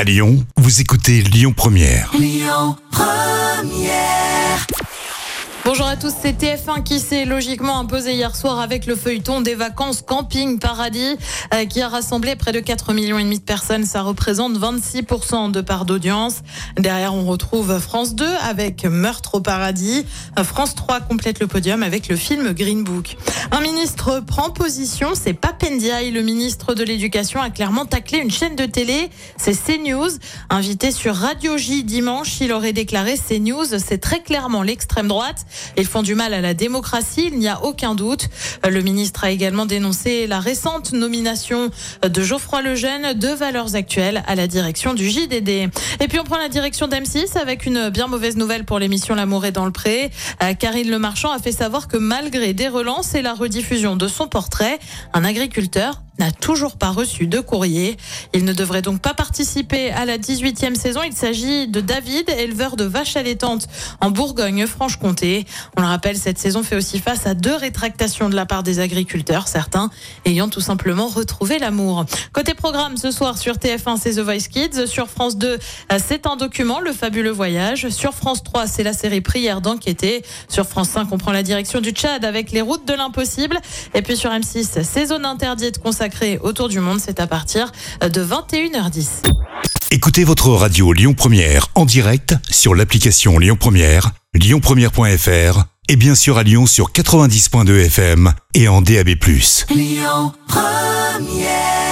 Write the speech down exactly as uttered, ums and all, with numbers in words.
À Lyon, vous écoutez Lyon Première. Lyon Première. Bonjour à tous, c'est T F un qui s'est logiquement imposé hier soir avec le feuilleton des vacances Camping Paradis euh, qui a rassemblé près de quatre millions et demi de personnes. Ça représente vingt-six pour cent de part d'audience. Derrière, on retrouve France deux avec Meurtre au paradis. France trois complète le podium avec le film Green Book. Un ministre prend position, c'est Pap Ndiaye. Le ministre de l'Éducation a clairement taclé une chaîne de télé, c'est CNews. Invité sur Radio J dimanche, il aurait déclaré « CNews, c'est très clairement l'extrême droite. Ils font du mal à la démocratie, il n'y a aucun doute ». Le ministre a également dénoncé la récente nomination de Geoffroy Lejeune de Valeurs Actuelles à la direction du J D D. Et puis on prend la direction d'M six avec une bien mauvaise nouvelle pour l'émission L'amour est dans le pré. Karine Le Marchand a fait savoir que malgré des relances et la rediffusion de son portrait, un agriculteur n'a toujours pas reçu de courrier. Il ne devrait donc pas participer à la dix-huitième saison. Il s'agit de David, éleveur de vaches allaitantes en Bourgogne-Franche-Comté. On le rappelle, cette saison fait aussi face à deux rétractations de la part des agriculteurs, certains ayant tout simplement retrouvé l'amour. Côté programme, ce soir sur T F un, c'est The Voice Kids. Sur France deux, c'est un document, Le Fabuleux Voyage. Sur France trois, c'est la série Prière d'enquêter. Sur France cinq, on prend la direction du Tchad avec Les Routes de l'Impossible. Et puis sur M six, c'est Zone Interdite consacrée autour du monde, c'est à partir de vingt et une heures dix. Écoutez votre radio Lyon Première en direct sur l'application Lyon Première, lyon première point f r et bien sûr à Lyon sur quatre-vingt-dix point deux F M et en D A B plus. Lyon Première.